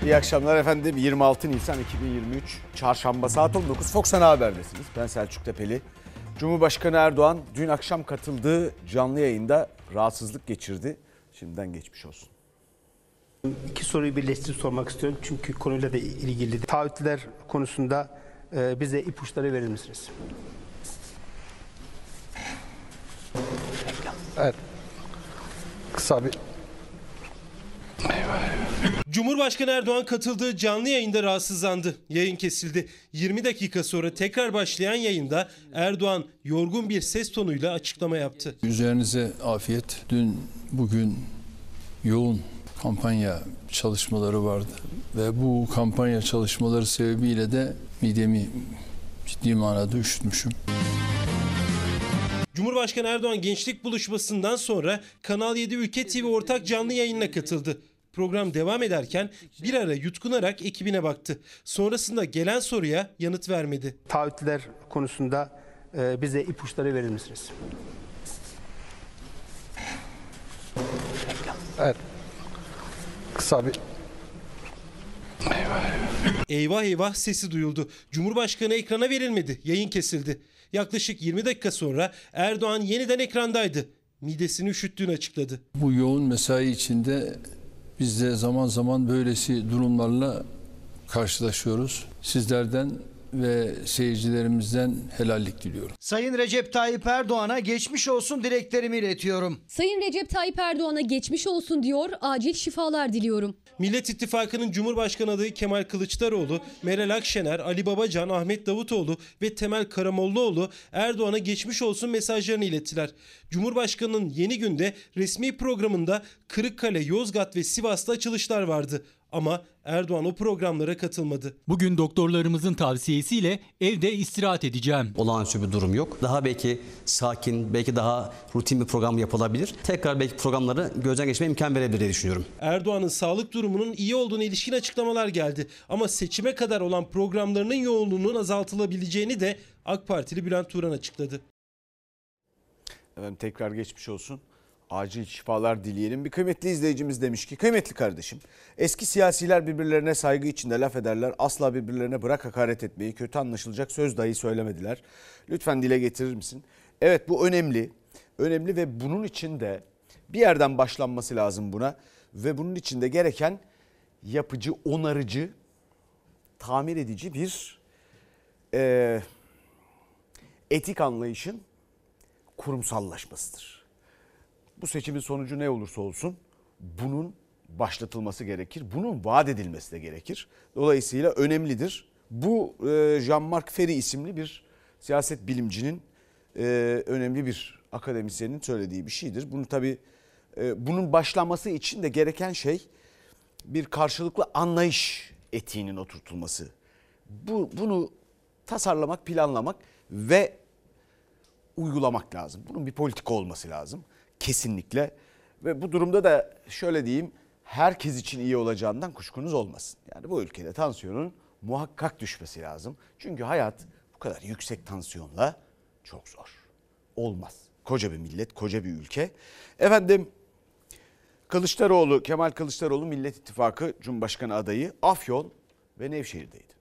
İyi akşamlar efendim. 26 Nisan 2023 Çarşamba saat 19 Fox Ana Haber'desiniz. Ben Selçuk Tepeli. Cumhurbaşkanı Erdoğan dün akşam katıldığı canlı yayında rahatsızlık geçirdi. Şimdiden geçmiş olsun. İki soruyu birleştirip sormak istiyorum çünkü konuyla da ilgili. Taahhütler konusunda bize ipuçları verir misiniz? Evet. Kısa bir... Cumhurbaşkanı Erdoğan katıldığı canlı yayında rahatsızlandı. Yayın kesildi. 20 dakika sonra tekrar başlayan yayında Erdoğan yorgun bir ses tonuyla açıklama yaptı. Üzerinize afiyet. Dün, bugün yoğun kampanya çalışmaları vardı. Ve bu kampanya çalışmaları sebebiyle de midemi ciddi manada üşütmüşüm. Cumhurbaşkanı Erdoğan gençlik buluşmasından sonra Kanal 7 Ülke TV ortak canlı yayınına katıldı. Program devam ederken bir ara yutkunarak ekibine baktı. Sonrasında gelen soruya yanıt vermedi. Taahhütler konusunda bize ipuçları verir misiniz? Evet. Kısa bir... Eyvah eyvah sesi duyuldu. Cumhurbaşkanı ekrana verilmedi. Yayın kesildi. Yaklaşık 20 dakika sonra Erdoğan yeniden ekrandaydı. Midesini üşüttüğünü açıkladı. Bu yoğun mesai içinde biz de zaman zaman böylesi durumlarla karşılaşıyoruz. Sizlerden ve seyircilerimizden helallik diliyorum. Sayın Recep Tayyip Erdoğan'a geçmiş olsun dileklerimi iletiyorum. Sayın Recep Tayyip Erdoğan'a geçmiş olsun diyor, acil şifalar diliyorum. Millet İttifakı'nın Cumhurbaşkanı adayı Kemal Kılıçdaroğlu, Meral Akşener, Ali Babacan, Ahmet Davutoğlu ve Temel Karamollaoğlu Erdoğan'a geçmiş olsun mesajlarını ilettiler. Cumhurbaşkanı'nın Yeni Günde resmi programında Kırıkkale, Yozgat ve Sivas'ta açılışlar vardı. Ama Erdoğan o programlara katılmadı. Bugün doktorlarımızın tavsiyesiyle evde istirahat edeceğim. Olağanüstü bir durum yok. Daha belki sakin, belki daha rutin bir program yapılabilir. Tekrar belki programları gözden geçirmeye imkan verebilir diye düşünüyorum. Erdoğan'ın sağlık durumunun iyi olduğuna ilişkin açıklamalar geldi. Ama seçime kadar olan programlarının yoğunluğunun azaltılabileceğini de AK Partili Bülent Turan açıkladı. Efendim tekrar geçmiş olsun. Acil şifalar dileyelim. Bir kıymetli izleyicimiz demiş ki, kıymetli kardeşim, eski siyasiler birbirlerine saygı içinde laf ederler. Asla birbirlerine bırak hakaret etmeyi, kötü anlaşılacak söz dahi söylemediler. Lütfen dile getirir misin? Evet, bu önemli. Önemli ve bunun için de bir yerden başlanması lazım buna. Ve bunun için de gereken yapıcı, onarıcı, tamir edici bir etik anlayışın kurumsallaşmasıdır. Bu seçimin sonucu ne olursa olsun bunun başlatılması gerekir. Bunun vaat edilmesi de gerekir. Dolayısıyla önemlidir. Bu Jean-Marc Ferry isimli bir siyaset bilimcinin, önemli bir akademisyenin söylediği bir şeydir. Bunu tabii bunun başlaması için de gereken şey bir karşılıklı anlayış etiğinin oturtulması. Bunu tasarlamak, planlamak ve uygulamak lazım. Bunun bir politika olması lazım. Kesinlikle. Ve bu durumda da şöyle diyeyim, herkes için iyi olacağından kuşkunuz olmasın. Yani bu ülkede tansiyonun muhakkak düşmesi lazım. Çünkü hayat bu kadar yüksek tansiyonla çok zor. Olmaz. Koca bir millet, koca bir ülke. Efendim, Kılıçdaroğlu, Kemal Kılıçdaroğlu Millet İttifakı Cumhurbaşkanı adayı Afyon ve Nevşehir'deydi.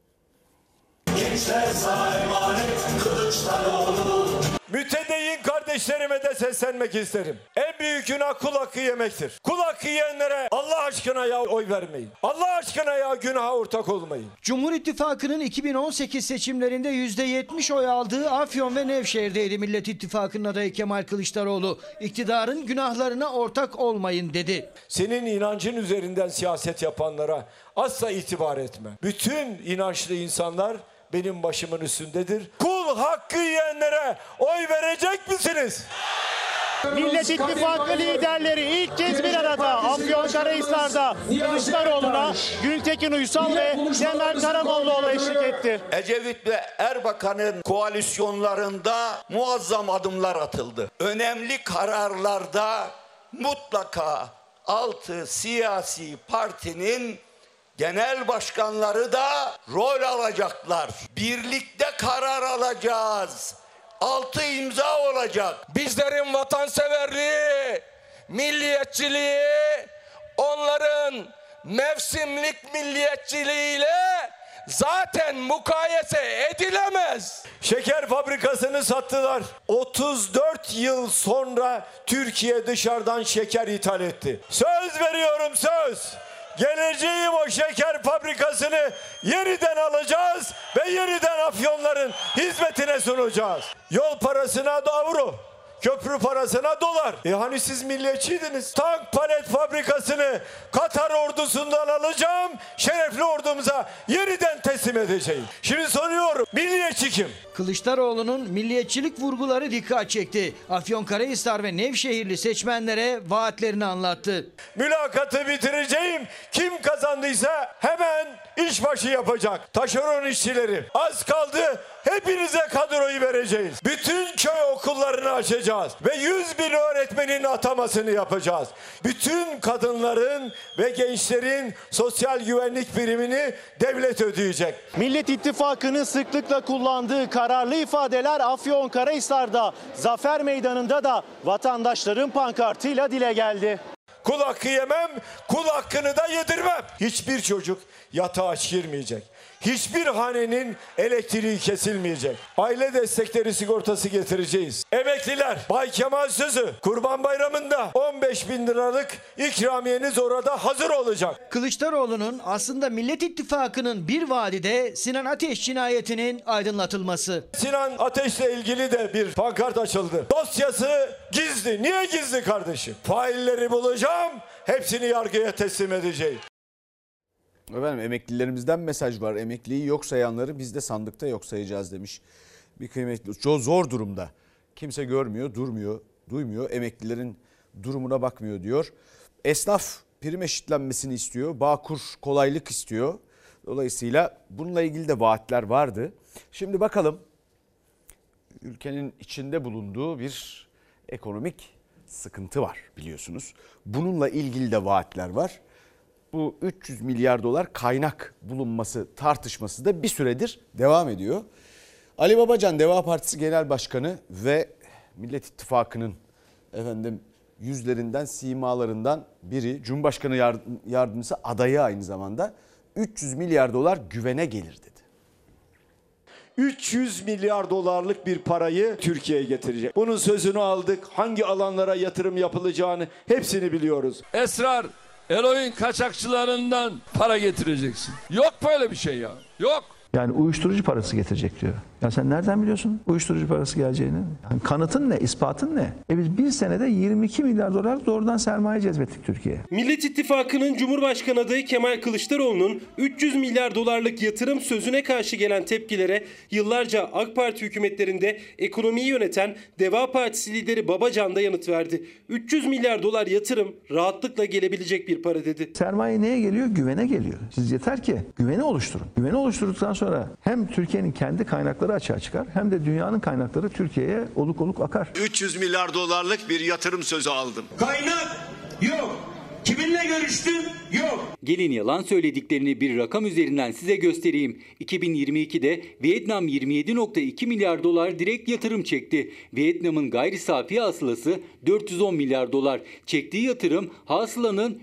Mütedeyyin kardeşlerime de seslenmek isterim. En büyük günah kul hakkı yemektir. Kul hakkı yiyenlere Allah aşkına ya oy vermeyin. Allah aşkına ya günaha ortak olmayın. Cumhur İttifakı'nın 2018 seçimlerinde %70 oy aldığı Afyon ve Nevşehir'deydi Millet İttifakı'nın adayı Kemal Kılıçdaroğlu. İktidarın günahlarına ortak olmayın dedi. Senin inancın üzerinden siyaset yapanlara asla itibar etme. Bütün inançlı insanlar benim başımın üstündedir. Kul hakkı yiyenlere oy verecek misiniz? Millet İttifakı liderleri ilk kez bir arada Afyonkarahisar'da Kılıçdaroğlu'na Gültekin Uysal ve Temel Karamollaoğlu eşlik etti. Ecevit ve Erbakan'ın koalisyonlarında muazzam adımlar atıldı. Önemli kararlarda mutlaka 6 siyasi partinin genel başkanları da rol alacaklar. Birlikte karar alacağız. 6 imza olacak. Bizlerin vatanseverliği, milliyetçiliği, onların mevsimlik milliyetçiliğiyle zaten mukayese edilemez. Şeker fabrikasını sattılar. 34 yıl sonra Türkiye dışarıdan şeker ithal etti. Söz veriyorum, söz. Geleceğim o şeker fabrikasını yeniden alacağız ve yeniden Afyonların hizmetine sunacağız. Yol parasına da avro, köprü parasına dolar. Hani siz milliyetçiydiniz. Tank palet fabrikasını Katar ordusundan alacağım, şerefli ordumuza yeniden teslim edeceğim. Şimdi soruyorum, milliyetçi kim? Kılıçdaroğlu'nun milliyetçilik vurguları dikkat çekti. Afyonkarahisar ve Nevşehirli seçmenlere vaatlerini anlattı. Mülakatı bitireceğim. Kim kazandıysa hemen işbaşı yapacak. Taşeron işçileri. Az kaldı. Hepinize kadroyu vereceğiz. Bütün köy okullarını açacağız. Ve 100.000 öğretmenin atamasını yapacağız. Bütün kadınların ve gençlerin sosyal güvenlik primini devlet ödeyecek. Millet İttifakı'nın sıklıkla kullandığı kararlı ifadeler Afyonkarahisar'da, Zafer Meydanı'nda da vatandaşların pankartıyla dile geldi. Kul hakkı yemem, kul hakkını da yedirmem. Hiçbir çocuk yatağa aç girmeyecek. Hiçbir hanenin elektriği kesilmeyecek. Aile destekleri sigortası getireceğiz. Emekliler, Bay Kemal sözü, Kurban Bayramı'nda 15.000 liralık ikramiyeniz orada hazır olacak. Kılıçdaroğlu'nun aslında Millet İttifakı'nın bir vaadi de Sinan Ateş cinayetinin aydınlatılması. Sinan Ateş'le ilgili de bir pankart açıldı. Dosyası gizli. Niye gizli kardeşim? Failleri bulacağım, hepsini yargıya teslim edeceğim. Efendim, emeklilerimizden mesaj var. Emekliyi yok sayanları biz de sandıkta yok sayacağız demiş bir kıymetli. Çok zor durumda. Kimse görmüyor, durmuyor, duymuyor. Emeklilerin durumuna bakmıyor diyor. Esnaf prim eşitlenmesini istiyor. Bağkur kolaylık istiyor. Dolayısıyla bununla ilgili de vaatler vardı. Şimdi bakalım, ülkenin içinde bulunduğu bir ekonomik sıkıntı var biliyorsunuz. Bununla ilgili de vaatler var. Bu 300 milyar dolar kaynak bulunması tartışması da bir süredir devam ediyor. Ali Babacan, Deva Partisi Genel Başkanı ve Millet İttifakı'nın yüzlerinden, simalarından biri, Cumhurbaşkanı yardımcısı adayı aynı zamanda, 300 milyar dolar güvene gelir dedi. 300 milyar dolarlık bir parayı Türkiye'ye getirecek. Bunun sözünü aldık. Hangi alanlara yatırım yapılacağını hepsini biliyoruz. Esrar, eroin kaçakçılarından para getireceksin. Yok böyle bir şey ya. Yok. Yani uyuşturucu parası getirecek diyor. Ya sen nereden biliyorsun uyuşturucu parası geleceğini? Yani kanıtın ne, ispatın ne? Biz bir senede 22 milyar dolar doğrudan sermaye cezbettik Türkiye'ye. Millet İttifakı'nın Cumhurbaşkanı adayı Kemal Kılıçdaroğlu'nun 300 milyar dolarlık yatırım sözüne karşı gelen tepkilere yıllarca AK Parti hükümetlerinde ekonomiyi yöneten Deva Partisi lideri Babacan da yanıt verdi. 300 milyar dolar yatırım rahatlıkla gelebilecek bir para dedi. Sermaye neye geliyor? Güvene geliyor. Siz yeter ki güveni oluşturun. Güveni oluşturduktan sonra hem Türkiye'nin kendi kaynakları açığa çıkar hem de dünyanın kaynakları Türkiye'ye oluk oluk akar. 300 milyar dolarlık bir yatırım sözü aldım. Kaynak yok. Kiminle görüştün? Yok. Gelin yalan söylediklerini bir rakam üzerinden size göstereyim. 2022'de Vietnam 27.2 milyar dolar direkt yatırım çekti. Vietnam'ın gayri safi hasılası 410 milyar dolar. Çektiği yatırım hasılanın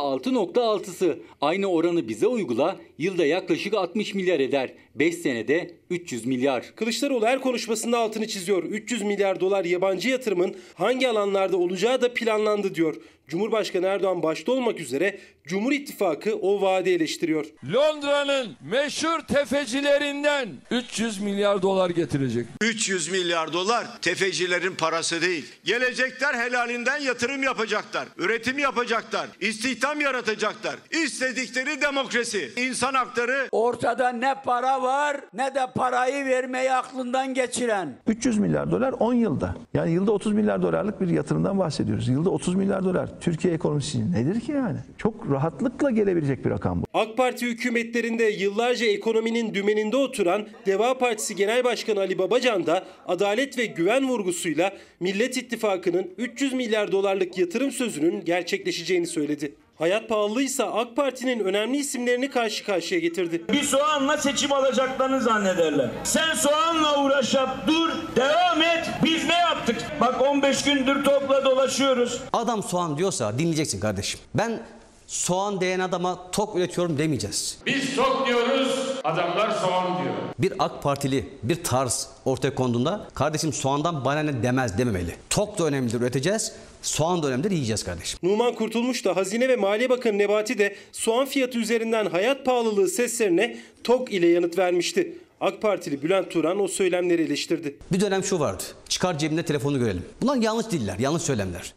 %6.6'sı. Aynı oranı bize uygula, yılda yaklaşık 60 milyar eder. 5 senede 300 milyar. Kılıçdaroğlu her konuşmasında altını çiziyor. 300 milyar dolar yabancı yatırımın hangi alanlarda olacağı da planlandı diyor. Cumhurbaşkanı Erdoğan başta olmak üzere Cumhur İttifakı o vaadi eleştiriyor. Londra'nın meşhur tefecilerinden 300 milyar dolar getirecek. 300 milyar dolar tefecilerin parası değil. Gelecekler, helalinden yatırım yapacaklar. Üretim yapacaklar. İstihdam yaratacaklar. İstedikleri demokrasi, insan hakları. Ortada ne para var ne de parayı vermeyi aklından geçiren. 300 milyar dolar 10 yılda. Yani yılda 30 milyar dolarlık bir yatırımdan bahsediyoruz. Yılda 30 milyar dolar Türkiye ekonomisi için nedir ki yani? Çok rahatlıkla gelebilecek bir rakam bu. AK Parti hükümetlerinde yıllarca ekonominin dümeninde oturan Deva Partisi Genel Başkanı Ali Babacan da adalet ve güven vurgusuyla Millet İttifakı'nın 300 milyar dolarlık yatırım sözünün gerçekleşeceğini söyledi. Hayat pahalıysa AK Parti'nin önemli isimlerini karşı karşıya getirdi. Bir soğanla seçim alacaklarını zannederler. Sen soğanla uğraşıp dur, devam et. Biz ne yaptık? Bak 15 gündür topla dolaşıyoruz. Adam soğan diyorsa dinleyeceksin kardeşim. Ben soğan diyen adama tok üretiyorum demeyeceğiz. Biz tok diyoruz, adamlar soğan diyor. Bir AK Partili bir tarz ortaya konduğunda kardeşim soğandan bana ne dememeli. Tok da önemlidir, üreteceğiz. Soğan da önemlidir, yiyeceğiz kardeşim. Numan Kurtulmuş da Hazine ve Maliye Bakanı Nebati de soğan fiyatı üzerinden hayat pahalılığı seslerine tok ile yanıt vermişti. AK Partili Bülent Turan o söylemleri eleştirdi. Bir dönem şu vardı. Çıkar cebinde telefonu görelim. Bunlar yanlış diller, yanlış söylemler.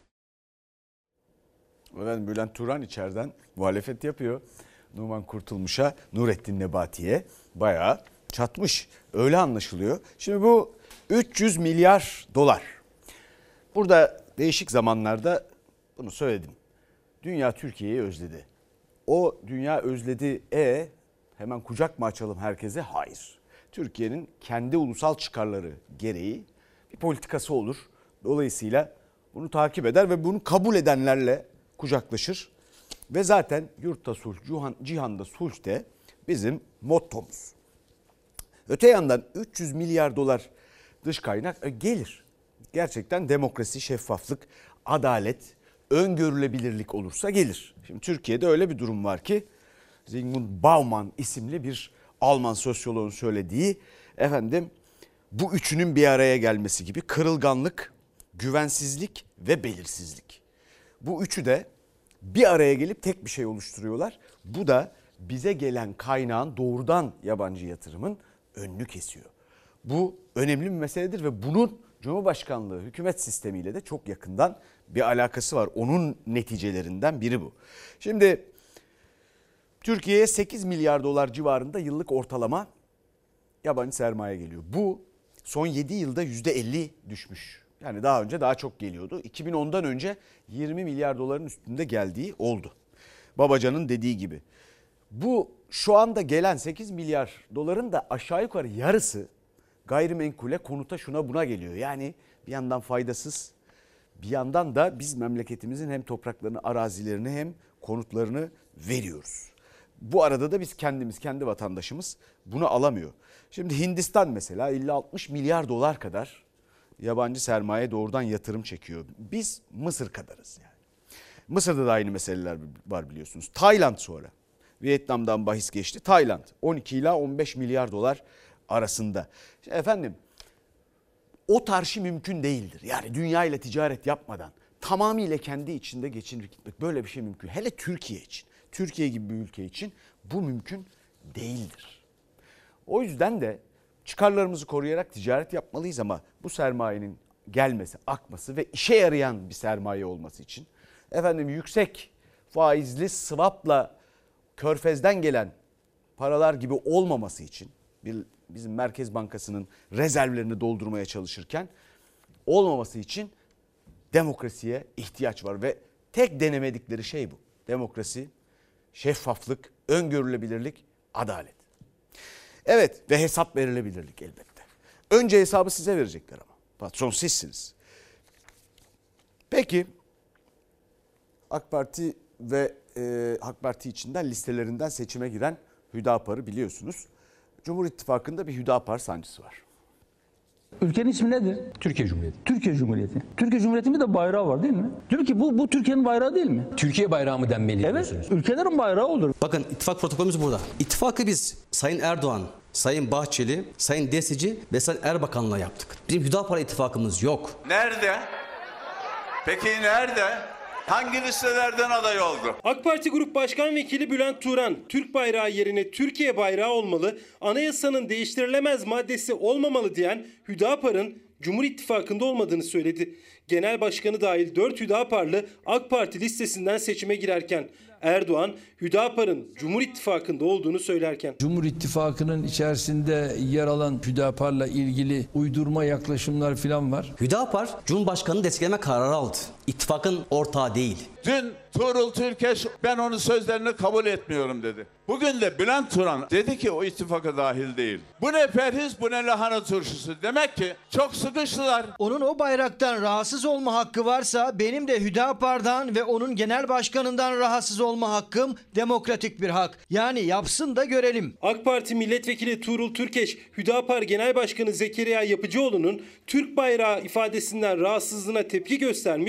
Efendim Bülent Turan içeriden muhalefet yapıyor. Numan Kurtulmuş'a, Nurettin Nebati'ye bayağı çatmış. Öyle anlaşılıyor. Şimdi bu 300 milyar dolar. Burada değişik zamanlarda bunu söyledim. Dünya Türkiye'yi özledi. O dünya özledi. Hemen kucak mı açalım herkese? Hayır. Türkiye'nin kendi ulusal çıkarları gereği bir politikası olur. Dolayısıyla bunu takip eder ve bunu kabul edenlerle kucaklaşır. Ve zaten yurtta sulh, cihanda sulh de bizim mottomuz. Öte yandan 300 milyar dolar dış kaynak gelir. Gerçekten demokrasi, şeffaflık, adalet, öngörülebilirlik olursa gelir. Şimdi Türkiye'de öyle bir durum var ki Zygmunt Bauman isimli bir Alman sosyoloğun söylediği bu üçünün bir araya gelmesi gibi kırılganlık, güvensizlik ve belirsizlik. Bu üçü de bir araya gelip tek bir şey oluşturuyorlar. Bu da bize gelen kaynağın doğrudan yabancı yatırımın önünü kesiyor. Bu önemli bir meseledir ve bunun Cumhurbaşkanlığı hükümet sistemiyle de çok yakından bir alakası var. Onun neticelerinden biri bu. Şimdi Türkiye'ye 8 milyar dolar civarında yıllık ortalama yabancı sermaye geliyor. Bu son 7 yılda %50 düşmüş. Yani daha önce daha çok geliyordu. 2010'dan önce 20 milyar doların üstünde geldiği oldu. Babacan'ın dediği gibi. Bu şu anda gelen 8 milyar doların da aşağı yukarı yarısı gayrimenkule, konuta, şuna buna geliyor. Yani bir yandan faydasız, bir yandan da biz memleketimizin hem topraklarını, arazilerini hem konutlarını veriyoruz. Bu arada da biz kendimiz, kendi vatandaşımız bunu alamıyor. Şimdi Hindistan mesela 50-60 milyar dolar kadar yabancı sermaye doğrudan yatırım çekiyor. Biz Mısır kadarız yani. Mısır'da da aynı meseleler var biliyorsunuz. Tayland sonra. Vietnam'dan bahis geçti. Tayland 12 ila 15 milyar dolar arasında. Efendim o tarşı mümkün değildir. Yani dünya ile ticaret yapmadan tamamıyla kendi içinde geçinip gitmek, böyle bir şey mümkün. Hele Türkiye için, Türkiye gibi bir ülke için bu mümkün değildir. O yüzden de çıkarlarımızı koruyarak ticaret yapmalıyız ama bu sermayenin gelmesi, akması ve işe yarayan bir sermaye olması için yüksek faizli swap'la Körfez'den gelen paralar gibi olmaması için bizim Merkez Bankası'nın rezervlerini doldurmaya çalışırken olmaması için demokrasiye ihtiyaç var ve tek denemedikleri şey bu. Demokrasi, şeffaflık, öngörülebilirlik, adalet. Evet ve hesap verilebilirlik elbette. Önce hesabı size verecekler ama. Patron sizsiniz. Peki AK Parti ve AK Parti içinden listelerinden seçime giren Hüdapar'ı biliyorsunuz. Cumhur İttifakı'nda bir Hüdapar sancısı var. Ülkenin ismi nedir? Türkiye Cumhuriyeti. Türkiye Cumhuriyeti. Türkiye Cumhuriyeti'nin de bayrağı var değil mi? Diyor ki bu Türkiye'nin bayrağı değil mi? Türkiye bayrağı mı denmeli diyorsunuz? Evet, ülkelerin bayrağı olur. Bakın ittifak protokolümüz burada. İttifakı biz Sayın Erdoğan, Sayın Bahçeli, Sayın Destici ve Sayın Erbakan'la yaptık. Bizim Hüdapar ittifakımız yok. Nerede? Peki nerede? Hangi listelerden aday oldu? AK Parti Grup Başkan Vekili Bülent Turan, Türk bayrağı yerine Türkiye bayrağı olmalı, anayasanın değiştirilemez maddesi olmamalı diyen Hüdapar'ın Cumhur İttifakı'nda olmadığını söyledi. Genel Başkanı dahil 4 Hüdaparlı AK Parti listesinden seçime girerken Erdoğan, Hüdapar'ın Cumhur İttifakı'nda olduğunu söylerken. Cumhur İttifakı'nın içerisinde yer alan Hüdapar'la ilgili uydurma yaklaşımlar falan var. Hüdapar, Cumhurbaşkanı'nı destekleme kararı aldı. İttifakın ortağı değil. Dün Tuğrul Türkeş ben onun sözlerini kabul etmiyorum dedi. Bugün de Bülent Turan dedi ki o ittifaka dahil değil. Bu ne perhiz, bu ne lahana turşusu. Demek ki çok sıkıştılar. Onun o bayraktan rahatsız olma hakkı varsa benim de Hüdapar'dan ve onun genel başkanından rahatsız olma hakkım demokratik bir hak. Yani yapsın da görelim. AK Parti Milletvekili Tuğrul Türkeş, Hüdapar Genel Başkanı Zekeriya Yapıcıoğlu'nun Türk bayrağı ifadesinden rahatsızlığına tepki göstermiş,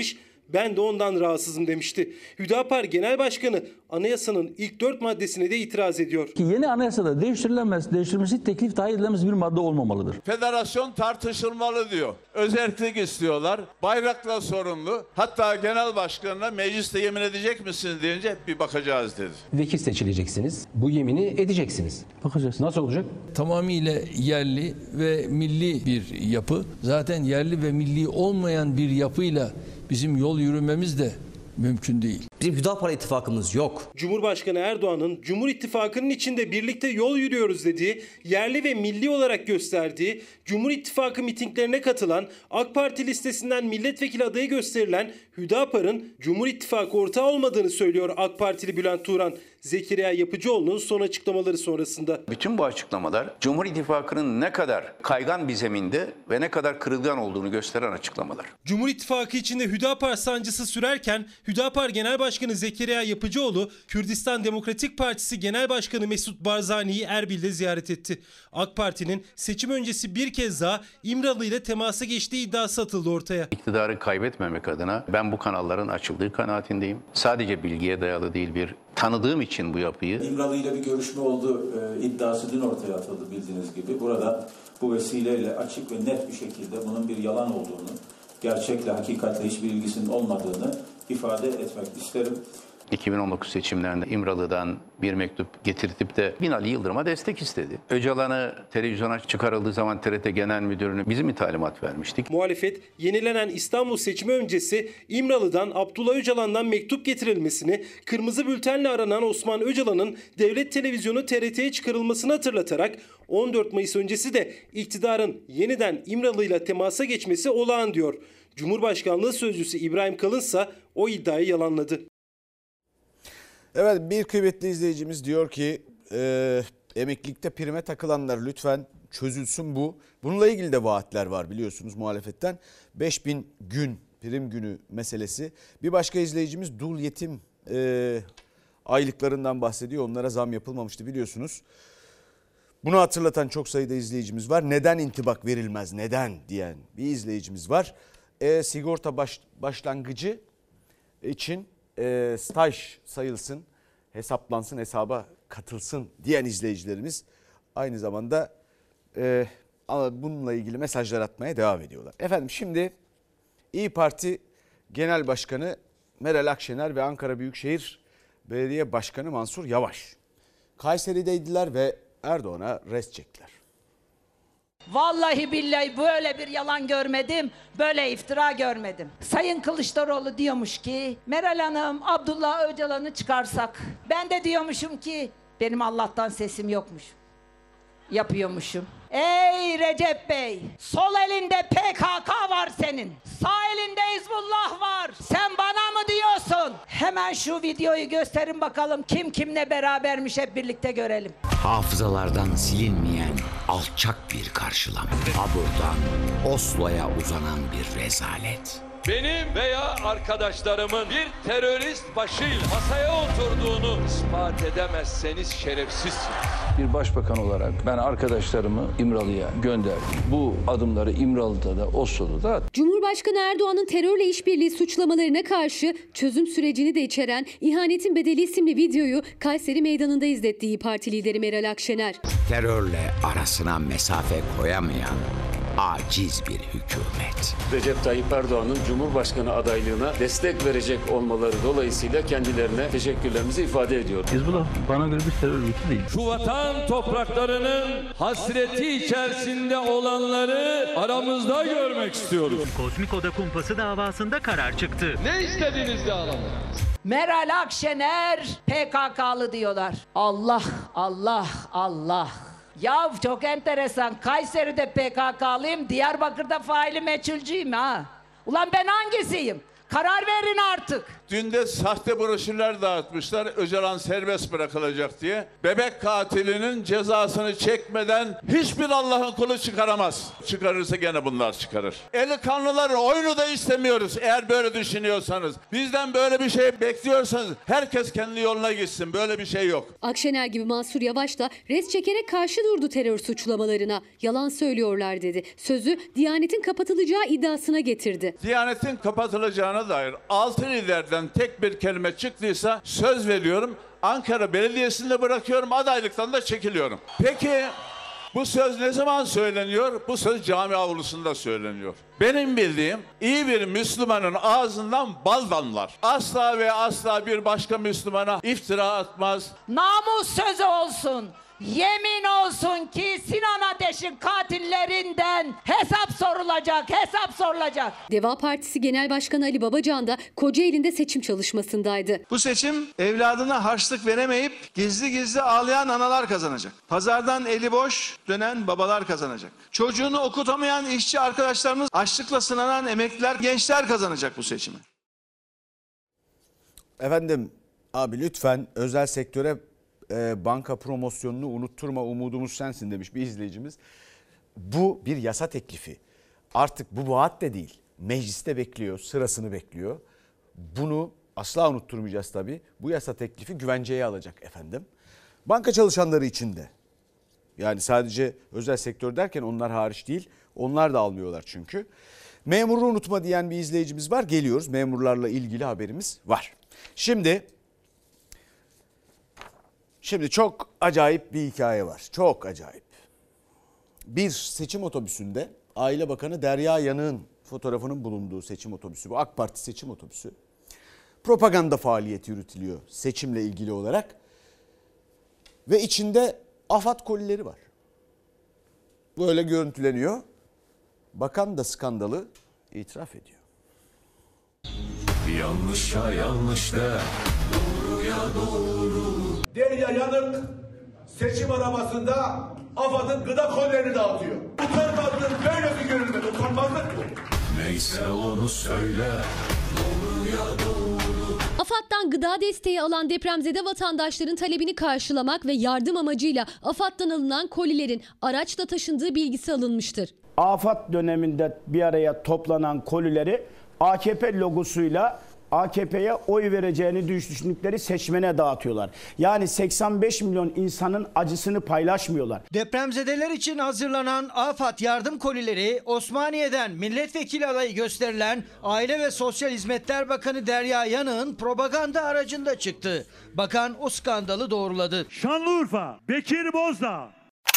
Ben de ondan rahatsızım demişti. Hüdapar Genel Başkanı anayasanın ilk 4 maddesine de itiraz ediyor. Ki yeni anayasada değiştirilmesi teklif dahi edilemez bir madde olmamalıdır. Federasyon tartışılmalı diyor. Özellik istiyorlar. Bayrakla sorumlu. Hatta genel başkanına mecliste yemin edecek misiniz deyince bir bakacağız dedi. Vekil seçileceksiniz. Bu yemini edeceksiniz. Bakacağız. Nasıl olacak? Tamamıyla yerli ve milli bir yapı. Zaten yerli ve milli olmayan bir yapıyla bizim yol yürümemiz de mümkün değil. Bizim Hüdapar ittifakımız yok. Cumhurbaşkanı Erdoğan'ın Cumhur İttifakı'nın içinde birlikte yol yürüyoruz dediği, yerli ve milli olarak gösterdiği, Cumhur İttifakı mitinglerine katılan, AK Parti listesinden milletvekili adayı gösterilen Hüdapar'ın Cumhur İttifakı ortağı olmadığını söylüyor AK Partili Bülent Turan, Zekeriya Yapıcıoğlu'nun son açıklamaları sonrasında. Bütün bu açıklamalar Cumhur İttifakı'nın ne kadar kaygan bir zeminde ve ne kadar kırılgan olduğunu gösteren açıklamalar. Cumhur İttifakı içinde Hüdapar sancısı sürerken Hüdapar Genel Başkanı Zekeriya Yapıcıoğlu, Kürdistan Demokratik Partisi Genel Başkanı Mesut Barzani'yi Erbil'de ziyaret etti. AK Parti'nin seçim öncesi bir kez daha İmralı ile temasa geçtiği iddiası atıldı ortaya. İktidarı kaybetmemek adına ben bu kanalların açıldığı kanaatindeyim. Sadece bilgiye dayalı değil, bir tanıdığım için bu yapıyı. İmralı ile bir görüşme oldu iddiası dün ortaya atıldı bildiğiniz gibi. Burada bu vesileyle açık ve net bir şekilde bunun bir yalan olduğunu, gerçekle, hakikatle hiçbir ilgisinin olmadığını ifade etmek isterim. 2019 seçimlerinde İmralı'dan bir mektup getirtip de Binali Yıldırım'a destek istedi. Öcalan'ı televizyona çıkarıldığı zaman TRT Genel Müdürü'nü biz mi talimat vermiştik? Muhalefet yenilenen İstanbul seçimi öncesi İmralı'dan Abdullah Öcalan'dan mektup getirilmesini, kırmızı bültenle aranan Osman Öcalan'ın devlet televizyonu TRT'ye çıkarılmasını hatırlatarak 14 Mayıs öncesi de iktidarın yeniden İmralı'yla temasa geçmesi olağan diyor. Cumhurbaşkanlığı Sözcüsü İbrahim Kalınsa o iddiayı yalanladı. Evet, bir kıymetli izleyicimiz diyor ki emeklilikte prime takılanlar lütfen çözülsün bu. Bununla ilgili de vaatler var biliyorsunuz muhalefetten. 5000 gün prim günü meselesi. Bir başka izleyicimiz dul yetim aylıklarından bahsediyor. Onlara zam yapılmamıştı biliyorsunuz. Bunu hatırlatan çok sayıda izleyicimiz var. Neden intibak verilmez, neden diyen bir izleyicimiz var. Sigorta başlangıcı için staj sayılsın, hesaplansın, hesaba katılsın diyen izleyicilerimiz aynı zamanda bununla ilgili mesajlar atmaya devam ediyorlar. Efendim şimdi İYİ Parti Genel Başkanı Meral Akşener ve Ankara Büyükşehir Belediye Başkanı Mansur Yavaş Kayseri'deydiler ve Erdoğan'a rest çektiler. Vallahi billahi böyle bir yalan görmedim, böyle iftira görmedim. Sayın Kılıçdaroğlu diyormuş ki, Meral Hanım Abdullah Öcalan'ı çıkarsak. Ben de diyormuşum ki, benim Allah'tan sesim yokmuş. Yapıyormuşum. Ey Recep Bey, sol elinde PKK var senin. Sağ elinde Hizbullah var. Sen bana mı diyorsun? Hemen şu videoyu gösterin bakalım kim kimle berabermiş, hep birlikte görelim. Hafızalardan silinmeyen alçak bir karşılama. Abur'dan Oslo'ya uzanan bir rezalet. Benim veya arkadaşlarımın bir terörist başıyla masaya oturduğunu ispat edemezseniz şerefsizsiniz. Bir başbakan olarak ben arkadaşlarımı İmralı'ya gönderdim. Bu adımları İmralı'da da Oslo'da da attım. Cumhurbaşkanı Erdoğan'ın terörle işbirliği suçlamalarına karşı çözüm sürecini de içeren İhanetin Bedeli isimli videoyu Kayseri Meydanı'nda izletti İYİ Parti lideri Meral Akşener. Terörle arasına mesafe koyamayan aciz bir hükümet. Recep Tayyip Erdoğan'ın Cumhurbaşkanı adaylığına destek verecek olmaları dolayısıyla kendilerine teşekkürlerimizi ifade ediyoruz. Hizbullah bana göre bir terör örgütü değil. Şu vatan topraklarının hasreti içerisinde olanları aramızda görmek istiyoruz. Kozmik Oda Kumpası davasında karar çıktı. Ne istediğinizde alamadınız. Meral Akşener PKK'lı diyorlar. Allah, Allah, Allah. Ya çok enteresan. Kayseri'de PKK'lıyım, Diyarbakır'da faili meçhulcuyum ha. Ulan ben hangisiyim? Karar verin artık. Dün de sahte broşürler dağıtmışlar. Öcalan serbest bırakılacak diye. Bebek katilinin cezasını çekmeden hiçbir Allah'ın kulu çıkaramaz. Çıkarırsa gene bunlar çıkarır. Eli kanlıların oyunu da istemiyoruz eğer böyle düşünüyorsanız. Bizden böyle bir şey bekliyorsanız herkes kendi yoluna gitsin. Böyle bir şey yok. Akşener gibi Mansur Yavaş da rest çekerek karşı durdu terör suçlamalarına. Yalan söylüyorlar dedi. Sözü Diyanet'in kapatılacağı iddiasına getirdi. Diyanet'in kapatılacağına olacağına dair 6 liderden tek bir kelime çıktıysa söz veriyorum, Ankara Belediyesi'nde bırakıyorum, adaylıktan da çekiliyorum. Peki bu söz ne zaman söyleniyor? Bu söz cami avlusunda söyleniyor. Benim bildiğim iyi bir Müslümanın ağzından bal damlar. Asla ve asla bir başka Müslümana iftira atmaz. Namus sözü olsun. Yemin olsun ki Sinan Ateş'in katillerinden hesap sorulacak. Deva Partisi Genel Başkanı Ali Babacan da Kocaeli'nde seçim çalışmasındaydı. Bu seçim evladına harçlık veremeyip gizli gizli ağlayan analar kazanacak. Pazardan eli boş dönen babalar kazanacak. Çocuğunu okutamayan işçi arkadaşlarımız, açlıkla sınanan emekliler, gençler kazanacak bu seçimi. Efendim abi lütfen özel sektöre banka promosyonunu unutturma, umudumuz sensin demiş bir izleyicimiz. Bu bir yasa teklifi. Artık bu vaat de değil. Mecliste bekliyor, sırasını bekliyor. Bunu asla unutturmayacağız tabii. Bu yasa teklifi güvenceye alacak efendim. Banka çalışanları için de. Yani sadece özel sektör derken onlar hariç değil. Onlar da almıyorlar çünkü. Memuru unutma diyen bir izleyicimiz var. Geliyoruz. Memurlarla ilgili haberimiz var. Şimdi çok acayip bir hikaye var. Çok acayip. Bir seçim otobüsünde Aile Bakanı Derya Yanık'ın fotoğrafının bulunduğu seçim otobüsü, bu AK Parti seçim otobüsü. Propaganda faaliyeti yürütülüyor seçimle ilgili olarak. Ve içinde AFAD kolileri var. Böyle görüntüleniyor. Bakan da skandalı itiraf ediyor. Yanlışa yanlış de, doğruya doğru. Derya Yanık seçim arabasında AFAD'ın gıda kolilerini dağıtıyor. Utanmazlık böylesi görülmez. Utanmazlık bu. Neyse onu söyle, doğruya doğru. AFAD'dan gıda desteği alan depremzede vatandaşların talebini karşılamak ve yardım amacıyla AFAD'dan alınan kolilerin araçla taşındığı bilgisi alınmıştır. AFAD döneminde bir araya toplanan kolileri AKP logosuyla AKP'ye oy vereceğini düşündükleri seçmene dağıtıyorlar. Yani 85 milyon insanın acısını paylaşmıyorlar. Depremzedeler için hazırlanan AFAD yardım kolileri Osmaniye'den milletvekili adayı gösterilen Aile ve Sosyal Hizmetler Bakanı Derya Yanık'ın propaganda aracında çıktı. Bakan o skandalı doğruladı. Şanlıurfa, Bekir Bozdağ,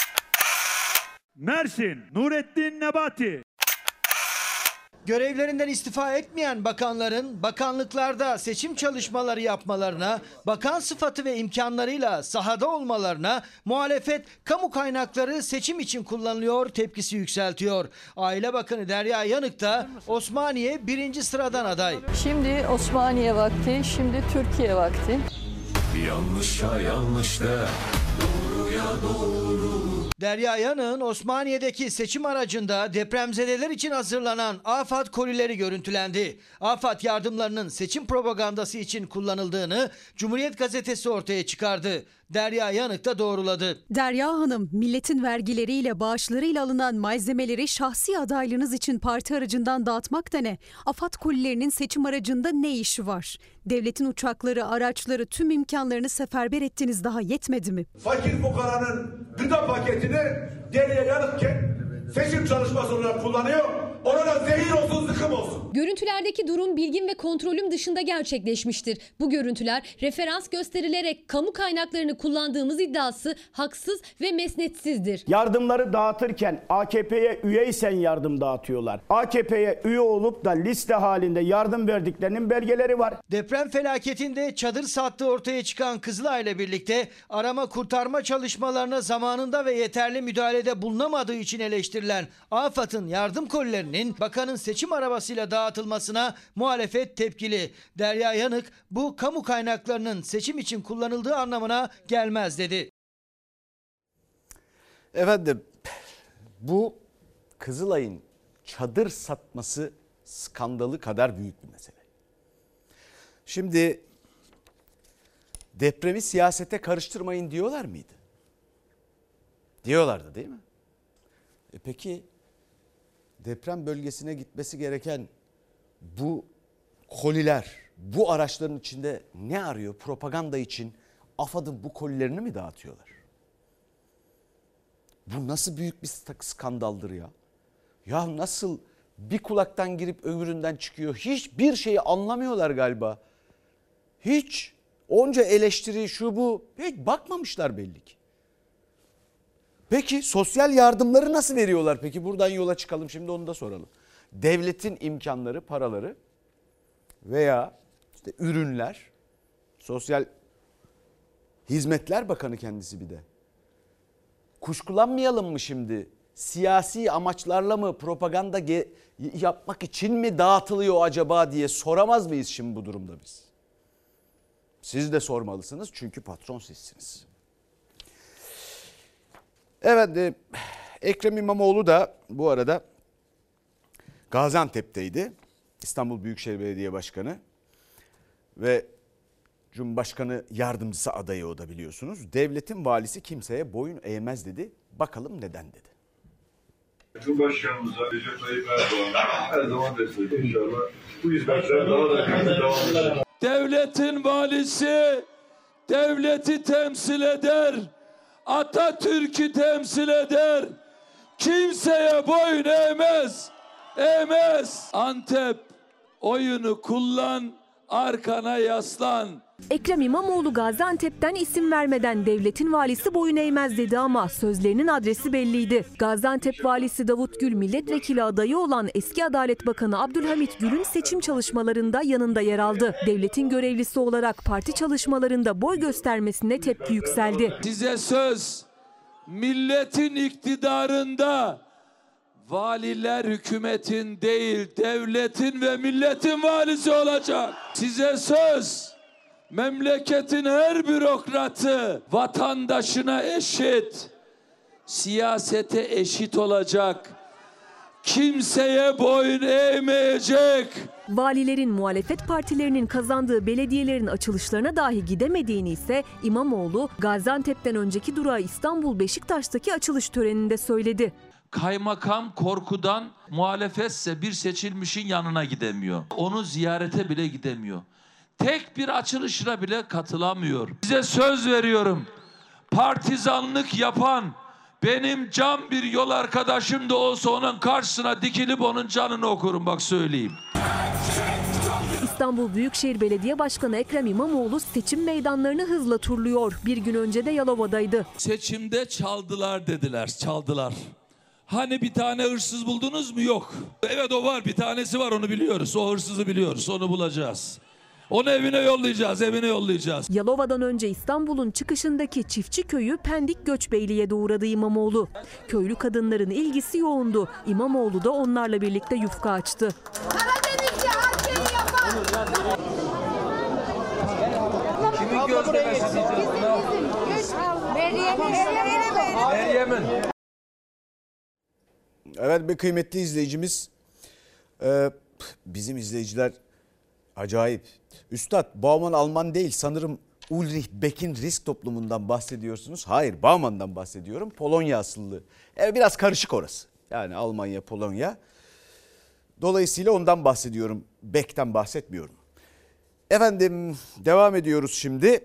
Mersin, Nurettin Nebati. Görevlerinden istifa etmeyen bakanların bakanlıklarda seçim çalışmaları yapmalarına, bakan sıfatı ve imkanlarıyla sahada olmalarına muhalefet kamu kaynakları seçim için kullanılıyor tepkisi yükseltiyor. Aile Bakanı Derya Yanık da Osmaniye 1. sıradan aday. Şimdi Osmaniye vakti, şimdi Türkiye vakti. Yanlışa yanlış de, doğruya doğru. Derya Yanık'ın Osmaniye'deki seçim aracında depremzedeler için hazırlanan AFAD kolileri görüntülendi. AFAD yardımlarının seçim propagandası için kullanıldığını Cumhuriyet Gazetesi ortaya çıkardı. Derya Yanık da doğruladı. Derya Hanım, milletin vergileriyle, bağışlarıyla alınan malzemeleri şahsi adaylığınız için parti aracından dağıtmak da ne? AFAD kolilerinin seçim aracında ne işi var? Devletin uçakları, araçları, tüm imkanlarını seferber ettiniz, daha yetmedi mi? Fakir fukaranın gıda paketini Derya Yanık seçim çalışması olarak kullanıyor. Ona da zehir olsun, zıkkım olsun. Görüntülerdeki durum bilgim ve kontrolüm dışında gerçekleşmiştir. Bu görüntüler referans gösterilerek kamu kaynaklarını kullandığımız iddiası haksız ve mesnetsizdir. Yardımları dağıtırken AKP'ye üyeysen yardım dağıtıyorlar. AKP'ye üye olup da liste halinde yardım verdiklerinin belgeleri var. Deprem felaketinde çadır sattığı ortaya çıkan Kızılay ile birlikte arama kurtarma çalışmalarına zamanında ve yeterli müdahalede bulunamadığı için eleştirilen AFAD'ın yardım kolilerinin bakanın seçim arabasıyla dağıtılmasına muhalefet tepkili. Derya Yanık bu kamu kaynaklarının seçim için kullanıldığı anlamına gelmez dedi. Efendim bu Kızılay'ın çadır satması skandalı kadar büyük bir mesele. Şimdi depremi siyasete karıştırmayın diyorlar mıydı? Diyorlardı değil mi? Peki deprem bölgesine gitmesi gereken bu koliler, bu araçların içinde ne arıyor? Propaganda için AFAD'ın bu kolilerini mi dağıtıyorlar? Bu nasıl büyük bir skandaldır ya? Ya nasıl Bir kulaktan girip öbüründen çıkıyor. Hiçbir şeyi anlamıyorlar galiba. Hiç onca eleştiri şu bu hiç bakmamışlar belli ki. Peki sosyal yardımları nasıl veriyorlar peki? Buradan yola çıkalım şimdi onu da soralım. Devletin imkanları, paraları veya işte ürünler, Sosyal Hizmetler Bakanı kendisi bir de. Kuşkulanmayalım mı şimdi? Siyasi amaçlarla mı, propaganda yapmak için mi dağıtılıyor acaba diye soramaz mıyız şimdi bu durumda biz? Siz de sormalısınız çünkü patron sizsiniz. Evet, Ekrem İmamoğlu da bu arada Gaziantep'teydi. İstanbul Büyükşehir Belediye Başkanı ve Cumhurbaşkanı yardımcısı adayı o da biliyorsunuz. Devletin valisi kimseye boyun eğmez dedi. Bakalım neden dedi. Cumhurbaşkanımıza Recep Tayyip Erdoğan her zaman destek inşallah. Bu hizmetler daha da devam edecek. Devletin valisi devleti temsil eder. Atatürk'ü temsil eder. Kimseye boyun eğmez. Eğmez. Antep oyunu kullan, arkana yaslan. Ekrem İmamoğlu Gaziantep'ten isim vermeden devletin valisi boyun eğmez dedi ama sözlerinin adresi belliydi. Gaziantep valisi Davut Gül milletvekili adayı olan eski Adalet Bakanı Abdülhamit Gül'ün seçim çalışmalarında yanında yer aldı. Devletin görevlisi olarak parti çalışmalarında boy göstermesine tepki yükseldi. Size söz, milletin iktidarında valiler hükümetin değil devletin ve milletin valisi olacak. Size söz, memleketin her bürokratı vatandaşına eşit, siyasete eşit olacak. Kimseye boyun eğmeyecek. Valilerin muhalefet partilerinin kazandığı belediyelerin açılışlarına dahi gidemediğini ise İmamoğlu Gaziantep'ten önceki durağı İstanbul Beşiktaş'taki açılış töreninde söyledi. Kaymakam korkudan muhalefetse bir seçilmişin yanına gidemiyor. Onu ziyarete bile gidemiyor. Tek bir açılışına bile katılamıyor. Size söz veriyorum. Partizanlık yapan benim can bir yol arkadaşım da olsa onun karşısına dikilip onun canını okurum bak söyleyeyim. İstanbul Büyükşehir Belediye Başkanı Ekrem İmamoğlu seçim meydanlarını hızla turluyor. Bir gün önce de Yalova'daydı. Seçimde çaldılar dediler, çaldılar. Hani bir tane hırsız buldunuz mu? Yok. Evet o var, bir tanesi var, onu biliyoruz. O hırsızı biliyoruz, onu bulacağız. Onu evine yollayacağız, evine yollayacağız. Yalova'dan önce İstanbul'un çıkışındaki Çiftçi Köyü Pendik Göçbeyli'ye de uğradı İmamoğlu. Köylü kadınların ilgisi yoğundu. İmamoğlu da onlarla birlikte yufka açtı. Karadeniz'de her şeyi yapar. Kimin gözlemesi diyeceğiz? Meryem'in. Evet be kıymetli izleyicimiz. Bizim izleyiciler acayip. Üstad Bauman Alman değil sanırım Ulrich Beck'in Risk Toplumundan bahsediyorsunuz. Hayır Bauman'dan bahsediyorum. Polonya asıllı. Biraz karışık orası. Yani Almanya, Polonya. Dolayısıyla ondan bahsediyorum. Beck'ten bahsetmiyorum. Efendim devam ediyoruz şimdi.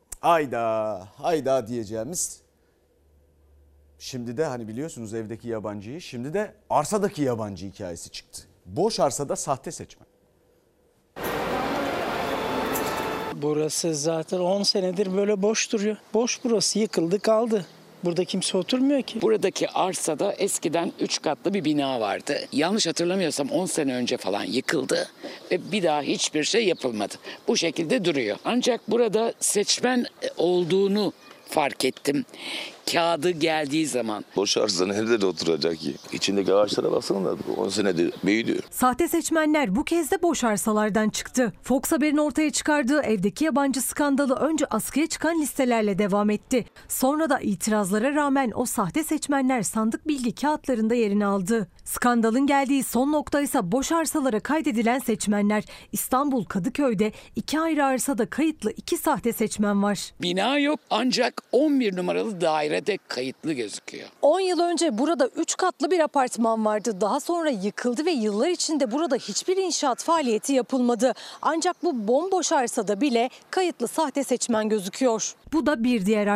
Hayda diyeceğimiz. Şimdi de hani biliyorsunuz evdeki yabancıyı, şimdi de arsadaki yabancı hikayesi çıktı. Boş arsada sahte seçmen. Burası zaten 10 senedir böyle boş duruyor. Boş burası, yıkıldı kaldı. Burada kimse oturmuyor ki. Buradaki arsada eskiden 3 katlı bir bina vardı. Yanlış hatırlamıyorsam 10 sene önce falan yıkıldı ve bir daha hiçbir şey yapılmadı. Bu şekilde duruyor. Ancak burada seçmen olduğunu fark ettim. Kağıdı geldiği zaman. Boş arsa nerede oturacak ki? İçindeki ağaçlara baksana da 10 senedir büyüdü. Sahte seçmenler bu kez de boş arsalardan çıktı. Fox Haber'in ortaya çıkardığı evdeki yabancı skandalı önce askıya çıkan listelerle devam etti. Sonra da itirazlara rağmen o sahte seçmenler sandık bilgi kağıtlarında yerini aldı. Skandalın geldiği son nokta ise boş arsalara kaydedilen seçmenler. İstanbul Kadıköy'de 2 ayrı arsada kayıtlı 2 sahte seçmen var. Bina yok ancak 11 numaralı daire de kayıtlı gözüküyor. 10 yıl önce burada 3 katlı bir apartman vardı. Daha sonra yıkıldı ve yıllar içinde burada hiçbir inşaat faaliyeti yapılmadı. Ancak bu bomboş arsada bile kayıtlı sahte seçmen gözüküyor. Bu da bir diğer arsa.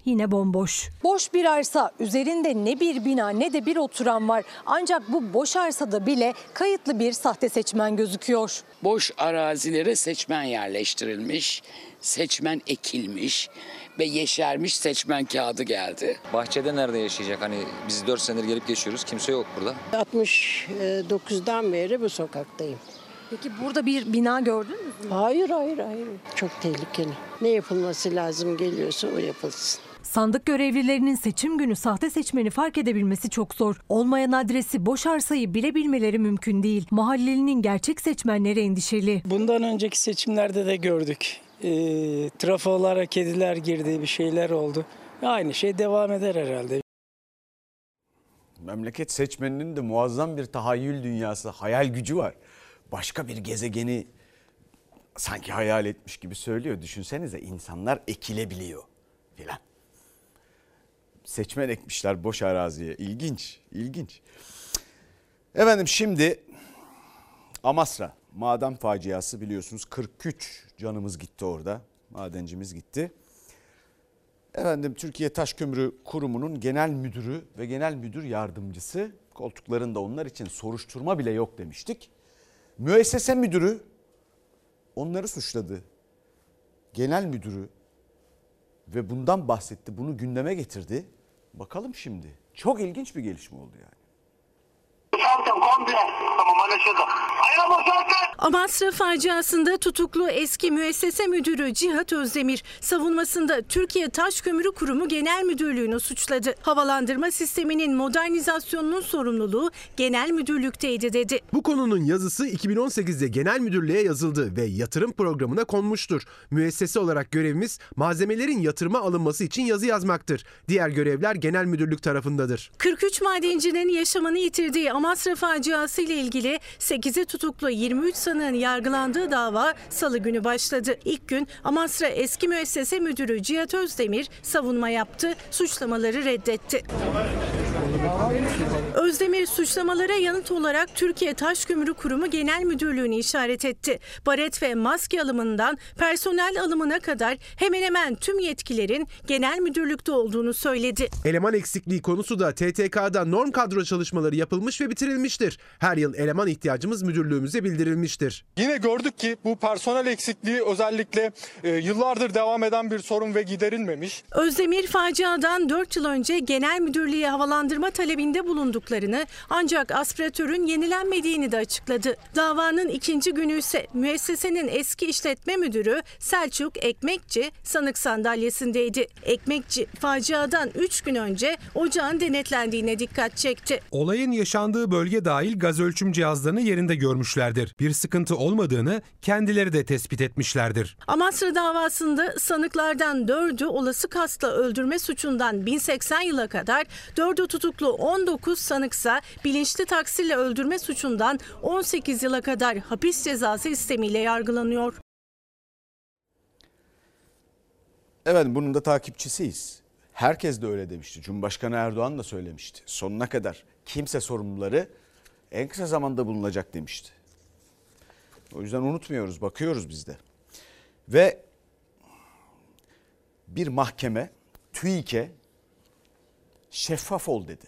yine bomboş. Boş bir arsa, üzerinde ne bir bina ne de bir oturan var. Ancak bu boş arsada bile kayıtlı bir sahte seçmen gözüküyor. Boş arazilere seçmen yerleştirilmiş, seçmen ekilmiş ve yeşermiş seçmen kağıdı geldi. Bahçede nerede yaşayacak? Hani biz 4 senedir gelip geçiyoruz. Kimse yok burada. 69'dan beri bu sokaktayım. Peki burada bir bina gördünüz mü? Hayır. Çok tehlikeli. Ne yapılması lazım geliyorsa o yapılsın. Sandık görevlilerinin seçim günü sahte seçmeni fark edebilmesi çok zor. Olmayan adresi, boş arsayı bilebilmeleri mümkün değil. Mahallelinin gerçek seçmenleri endişeli. Bundan önceki seçimlerde de gördük. Trafolara kediler girdi, bir şeyler oldu. Aynı şey devam eder herhalde. Memleket seçmeninin de muazzam bir tahayyül dünyası, hayal gücü var. Başka bir gezegeni sanki hayal etmiş gibi söylüyor. Düşünsenize, insanlar ekilebiliyor filan. Seçmen ekmişler boş araziye. İlginç. Efendim şimdi Amasra maden faciası, biliyorsunuz 43 canımız gitti orada. Madencimiz gitti. Efendim Türkiye Taş Kömürü Kurumu'nun genel müdürü ve genel müdür yardımcısı, koltuklarında onlar için soruşturma bile yok demiştik. Müessese müdürü onları suçladı. Genel müdürü ve bundan bahsetti, bunu gündeme getirdi. Bakalım şimdi. Çok ilginç bir gelişme oldu yani. Amasra faciasında tutuklu eski müessese müdürü Cihat Özdemir savunmasında Türkiye Taş Kömürü Kurumu Genel Müdürlüğü'nü suçladı. Havalandırma sisteminin modernizasyonunun sorumluluğu genel müdürlükteydi dedi. Bu konunun yazısı 2018'de genel müdürlüğe yazıldı ve yatırım programına konmuştur. Müessese olarak görevimiz malzemelerin yatırıma alınması için yazı yazmaktır. Diğer görevler genel müdürlük tarafındadır. 43 madencinin yaşamını yitirdiği Amasra faciası ile ilgili 8'i tutuklu 23 sanığın yargılandığı dava Salı günü başladı. İlk gün Amasra eski müessese müdürü Cihat Özdemir savunma yaptı, suçlamaları reddetti. Özdemir suçlamalara yanıt olarak Türkiye Taş Kömürü Kurumu Genel Müdürlüğü'nü işaret etti. Baret ve maske alımından personel alımına kadar hemen hemen tüm yetkilerin genel müdürlükte olduğunu söyledi. Eleman eksikliği konusu da TTK'da norm kadro çalışmaları yapılmış ve bitirilmiştir. Her yıl eleman ihtiyacımız müdürlüğümüze bildirilmiştir. Yine gördük ki bu personel eksikliği özellikle yıllardır devam eden bir sorun ve giderilmemiş. Özdemir faciadan 4 yıl önce genel müdürlüğe havalandırma talebinde bulunduklarını ancak aspiratörün yenilenmediğini de açıkladı. Davanın ikinci günü ise müessesenin eski işletme müdürü Selçuk Ekmekçi sanık sandalyesindeydi. Ekmekçi faciadan 3 gün önce ocağın denetlendiğine dikkat çekti. Olayın yaşandığı bölge dahil gaz ölçüm cihazlarını yerinde görmüşlerdir. Bir sıkıntı olmadığını kendileri de tespit etmişlerdir. Amasra davasında sanıklardan 4'ü olası kastla öldürme suçundan 1080 yıla kadar, 4'ü tutuklu 19 sanıksa bilinçli taksirle öldürme suçundan 18 yıla kadar hapis cezası istemiyle yargılanıyor. Evet, bunun da takipçisiyiz. Herkes de öyle demişti. Cumhurbaşkanı Erdoğan da söylemişti. Sonuna kadar kimse sorumluları en kısa zamanda bulunacak demişti. O yüzden unutmuyoruz, bakıyoruz biz de. Ve bir mahkeme TÜİK'e şeffaf ol dedi.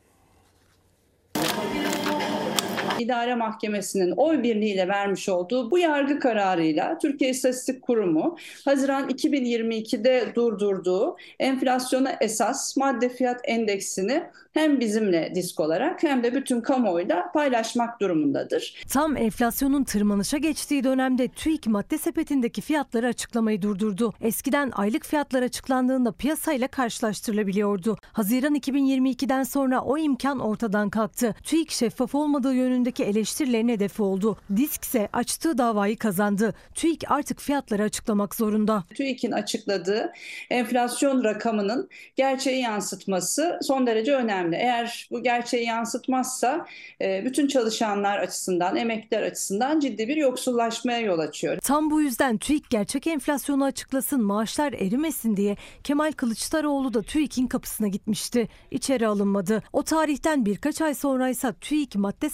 İdare Mahkemesi'nin oy birliğiyle vermiş olduğu bu yargı kararıyla Türkiye İstatistik Kurumu Haziran 2022'de durdurduğu enflasyona esas madde fiyat endeksini hem bizimle disk olarak hem de bütün kamuoyuyla paylaşmak durumundadır. Tam enflasyonun tırmanışa geçtiği dönemde TÜİK madde sepetindeki fiyatları açıklamayı durdurdu. Eskiden aylık fiyatlar açıklandığında piyasayla karşılaştırılabiliyordu. Haziran 2022'den sonra o imkan ortadan kalktı. TÜİK şeffaf olmadığı yönündeki eleştirilerin hedefi oldu. Disk ise açtığı davayı kazandı. TÜİK artık fiyatları açıklamak zorunda. TÜİK'in açıkladığı enflasyon rakamının gerçeği yansıtması son derece önemli. Eğer bu gerçeği yansıtmazsa bütün çalışanlar açısından, emekliler açısından ciddi bir yoksullaşmaya yol açıyor. Tam bu yüzden TÜİK gerçek enflasyonu açıklasın, maaşlar erimesin diye Kemal Kılıçdaroğlu da TÜİK'in kapısına gitmişti. İçeri alınmadı. O tarihten birkaç ay sonraysa TÜİK madde sepetindeki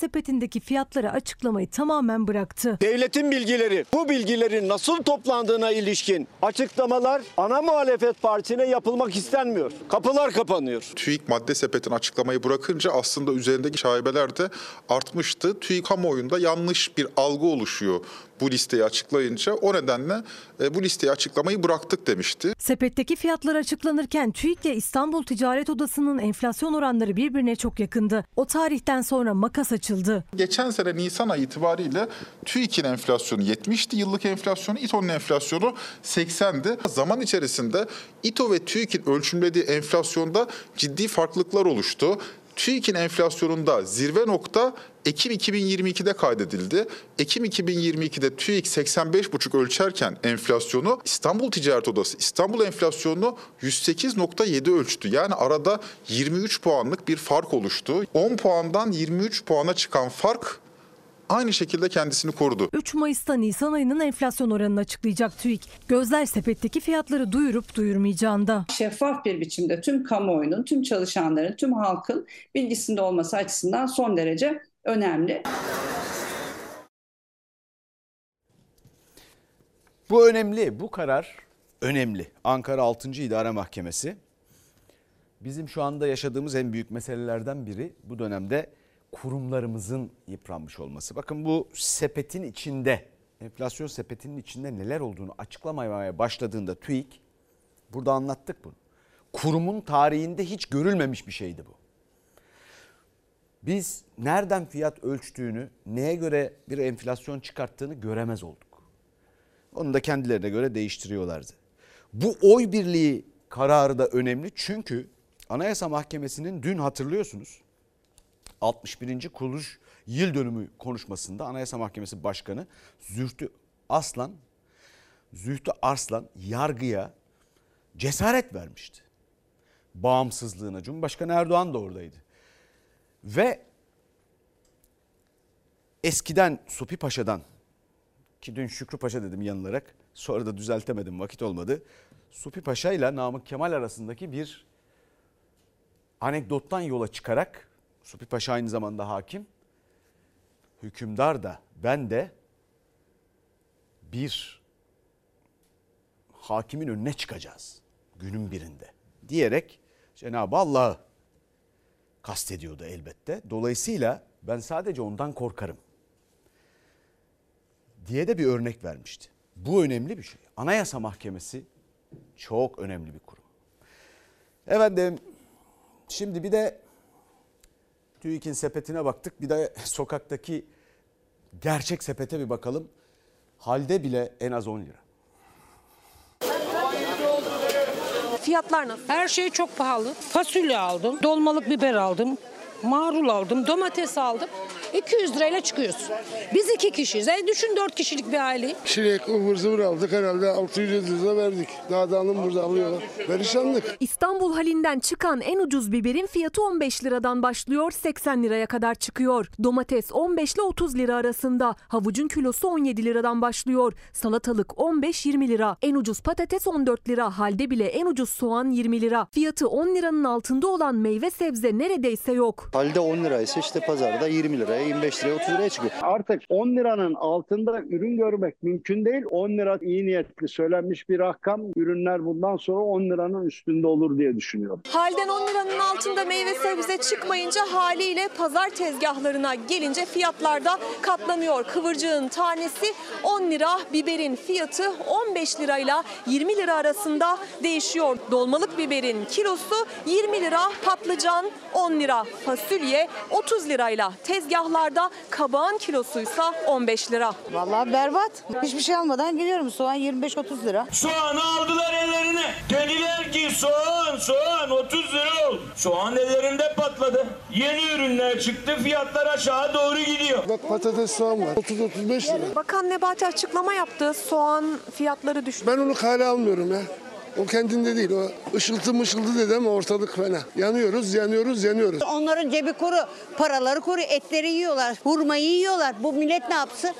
üzerindeki fiyatları açıklamayı tamamen bıraktı. Devletin bilgileri, bu bilgilerin nasıl toplandığına ilişkin açıklamalar ana muhalefet partisine yapılmak istenmiyor. Kapılar kapanıyor. TÜİK madde sepetini açıklamayı bırakınca aslında üzerindeki şaibeler de artmıştı. TÜİK kamuoyunda yanlış bir algı oluşuyor bu listeyi açıklayınca. O nedenle bu listeyi açıklamayı bıraktık demişti. Sepetteki fiyatlar açıklanırken TÜİK ile İstanbul Ticaret Odası'nın enflasyon oranları birbirine çok yakındı. O tarihten sonra makas açıldı. Geçen sene Nisan ayı itibariyle TÜİK'in enflasyonu 70'ti. Yıllık enflasyonu, İTO'nun enflasyonu 80'di. Zaman içerisinde İTO ve TÜİK'in ölçümlediği enflasyonda ciddi farklılıklar oluştu. TÜİK'in enflasyonunda zirve nokta Ekim 2022'de kaydedildi. Ekim 2022'de TÜİK 85,5 ölçerken enflasyonu, İstanbul Ticaret Odası İstanbul enflasyonunu 108,7 ölçtü. Yani arada 23 puanlık bir fark oluştu. 10 puandan 23 puana çıkan fark aynı şekilde kendisini korudu. 3 Mayıs'ta Nisan ayının enflasyon oranını açıklayacak TÜİK. Gözler sepetteki fiyatları duyurup duyurmayacağında. Şeffaf bir biçimde tüm kamuoyunun, tüm çalışanların, tüm halkın bilgisinde olması açısından son derece önemli. Bu önemli, bu karar önemli. Ankara 6. İdare Mahkemesi. Bizim şu anda yaşadığımız en büyük meselelerden biri bu dönemde kurumlarımızın yıpranmış olması. Bakın bu sepetin içinde, enflasyon sepetinin içinde neler olduğunu açıklamaya başladığında TÜİK, burada anlattık bunu. Kurumun tarihinde hiç görülmemiş bir şeydi bu. Biz nereden fiyat ölçtüğünü, neye göre bir enflasyon çıkarttığını göremez olduk. Onu da kendilerine göre değiştiriyorlardı. Bu oy birliği kararı da önemli çünkü Anayasa Mahkemesi'nin dün hatırlıyorsunuz 61. kuruluş yıl dönümü konuşmasında Anayasa Mahkemesi Başkanı Zühtü Arslan yargıya cesaret vermişti. Bağımsızlığına. Cumhurbaşkanı Erdoğan da oradaydı. Ve eskiden Supi Paşa'dan, ki dün Şükrü Paşa dedim yanılarak, sonra da düzeltemedim, vakit olmadı. Supi Paşa ile Namık Kemal arasındaki bir anekdottan yola çıkarak, Supi Paşa aynı zamanda hakim, hükümdar da ben de bir hakimin önüne çıkacağız günün birinde diyerek Cenab-ı Allah'ı kastediyordu elbette. Dolayısıyla ben sadece ondan korkarım diye de bir örnek vermişti. Bu önemli bir şey. Anayasa Mahkemesi çok önemli bir kurum. Efendim şimdi bir de TÜİK'in sepetine baktık. Bir de sokaktaki gerçek sepete bir bakalım. Halde bile en az 10 lira. Fiyatlar nasıl? Her şey çok pahalı. Fasulye aldım, dolmalık biber aldım, marul aldım, domates aldım. 200 lirayla çıkıyorsun. Biz 2 kişiyiz. Düşün 4 kişilik bir aileyi. Çilek, ıvır zıvır aldık herhalde 600 lira verdik. Daha da alın burada alıyorlar. Perişanlık. İstanbul halinden çıkan en ucuz biberin fiyatı 15 liradan başlıyor, 80 liraya kadar çıkıyor. Domates 15 ile 30 lira arasında. Havucun kilosu 17 liradan başlıyor. Salatalık 15-20 lira. En ucuz patates 14 lira. Halde bile en ucuz soğan 20 lira. Fiyatı 10 liranın altında olan meyve sebze neredeyse yok. Halde 10 liraysa işte pazarda 20 liraya, 25 liraya, 30 liraya çıkıyor. Artık 10 liranın altında ürün görmek mümkün değil. 10 lira iyi niyetli söylenmiş bir rakam. Ürünler bundan sonra 10 liranın üstünde olur diye düşünüyorum. Halden 10 liranın altında meyve sebze çıkmayınca haliyle pazar tezgahlarına gelince fiyatlar da katlanıyor. Kıvırcığın tanesi 10 lira, biberin fiyatı 15 lirayla 20 lira arasında değişiyor. Dolmalık biberin kilosu 20 lira, patlıcan 10 lira, fasulye 30 lirayla tezgahlarda, kabağın kilosuysa 15 lira. Vallahi berbat. Hiçbir şey almadan geliyorum. Soğan 25-30 lira. Soğanı aldılar ellerine. Dediler ki soğan 30 lira oldu. Soğan ellerinde patladı. Yeni ürünler çıktı. Fiyatlar aşağı doğru gidiyor. Bak patates soğan var. 30-35 lira. Bakan Nebati açıklama yaptı. Soğan fiyatları düştü. Ben onu kale almıyorum ya. O kendinde değil. O ışıltı dedi ama ortalık fena. Yanıyoruz. Onların cebi kuru, paraları kuru, etleri yiyorlar, hurmayı yiyorlar. Bu millet ne yapsın?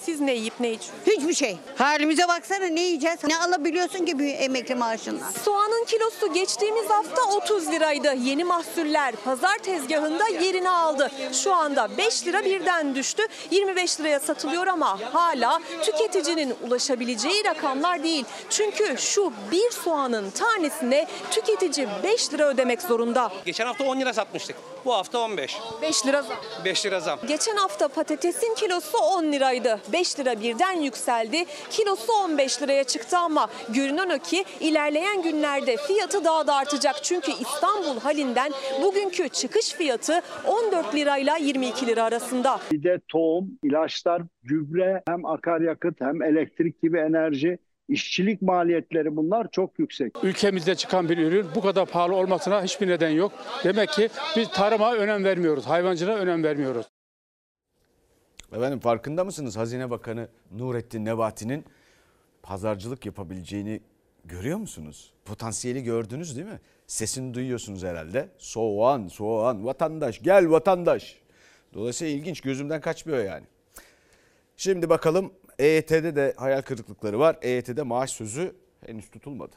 Siz ne yiyip ne içiyorsunuz? Hiçbir şey. Halimize baksana, ne yiyeceğiz? Ne alabiliyorsun ki bir emekli maaşından? Soğanın kilosu geçtiğimiz hafta 30 liraydı. Yeni mahsuller pazar tezgahında yerini aldı. Şu anda 5 lira birden düştü. 25 liraya satılıyor ama hala tüketicinin ulaşabileceği rakamlar değil. Çünkü şu bir soğanın tanesine tüketici 5 lira ödemek zorunda. Geçen hafta 10 lira satmıştık. Bu hafta 15. 5 lira zam. 5 lira zam. Geçen hafta patatesin kilosu 10 liraydı. 5 lira birden yükseldi. Kilosu 15 liraya çıktı ama görünen o ki ilerleyen günlerde fiyatı daha da artacak. Çünkü İstanbul halinden bugünkü çıkış fiyatı 14 lirayla 22 lira arasında. Bir de tohum, ilaçlar, gübre, hem akaryakıt hem elektrik gibi enerji, işçilik maliyetleri, bunlar çok yüksek. Ülkemizde çıkan bir ürün bu kadar pahalı olmasına hiçbir neden yok. Demek ki biz tarıma önem vermiyoruz, hayvancılığa önem vermiyoruz. Efendim farkında mısınız? Hazine Bakanı Nurettin Nebati'nin pazarcılık yapabileceğini görüyor musunuz? Potansiyeli gördünüz değil mi? Sesini duyuyorsunuz herhalde. Soğan, soğan, vatandaş, gel vatandaş. Dolayısıyla ilginç, gözümden kaçmıyor yani. Şimdi bakalım, EYT'de de hayal kırıklıkları var. EYT'de maaş sözü henüz tutulmadı.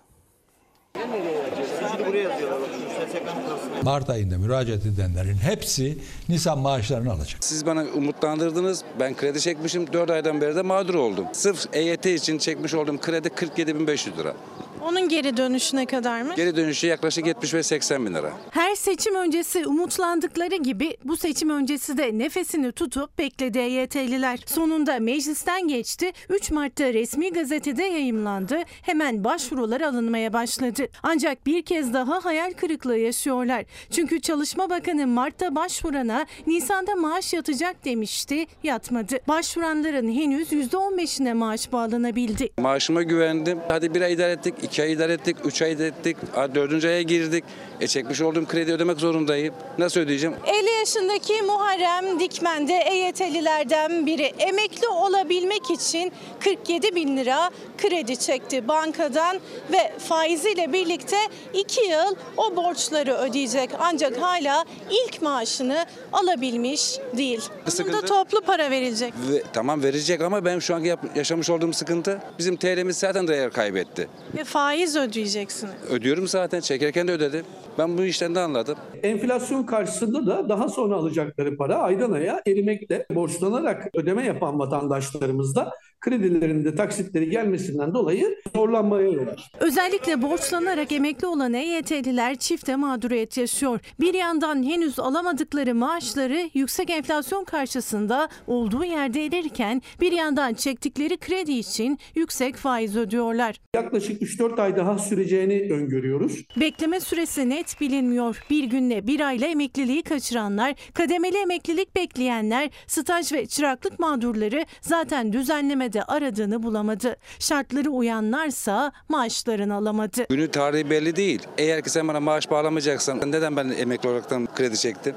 Mart ayında müracaat edenlerin hepsi Nisan maaşlarını alacak. Siz bana umutlandırdınız. Ben kredi çekmişim. 4 aydan beri de mağdur oldum. Sırf EYT için çekmiş olduğum kredi 47.500 lira. Onun geri dönüşüne kadar mı? Geri dönüşü yaklaşık 75-80 bin lira. Her seçim öncesi umutlandıkları gibi bu seçim öncesi de nefesini tutup bekledi EYT'liler. Sonunda meclisten geçti. 3 Mart'ta resmi gazetede yayımlandı. Hemen başvurular alınmaya başladı. Ancak bir kez daha hayal kırıklığı yaşıyorlar. Çünkü Çalışma Bakanı Mart'ta başvurana Nisan'da maaş yatacak demişti. Yatmadı. Başvuranların henüz %15'ine maaş bağlanabildi. Maaşıma güvendim. Hadi bir ay idare ettik, 2 ay idare ettik, 3 ay idare ettik, 4. aya girdik. Çekmiş olduğum kredi ödemek zorundayım. Nasıl ödeyeceğim? 50 yaşındaki Muharrem Dikmen de EYT'lilerden biri. Emekli olabilmek için 47 bin lira kredi çekti bankadan ve faiziyle birlikte 2 yıl o borçları ödeyecek. Ancak hala ilk maaşını alabilmiş değil. Bunun da toplu para verilecek. Tamam verecek ama benim şu anki yaşamış olduğum sıkıntı, bizim TL'miz zaten değer kaybetti. Ve faiz ödeyeceksiniz. Ödüyorum zaten, çekerken de ödedim. Ben bu işten de anladım. Enflasyon karşısında da daha sonra alacakları para aydan aya erimekte. Borçlanarak ödeme yapan vatandaşlarımız da kredilerinde taksitleri gelmesinden dolayı zorlanmaya yol açtı. Özellikle borçlanarak emekli olan EYT'liler çifte mağduriyet yaşıyor. Bir yandan henüz alamadıkları maaşları yüksek enflasyon karşısında olduğu yerde erirken bir yandan çektikleri kredi için yüksek faiz ödüyorlar. Yaklaşık 3-4 ay daha süreceğini öngörüyoruz. Bekleme süresi net bilinmiyor. Bir günle bir ayla emekliliği kaçıranlar, kademeli emeklilik bekleyenler, staj ve çıraklık mağdurları zaten düzenlemede aradığını bulamadı. Şartları uyanlarsa maaşlarını alamadı. Günü tarihi belli değil. Eğer ki sen bana maaş bağlamayacaksan neden ben emekli olaraktan kredi çektim?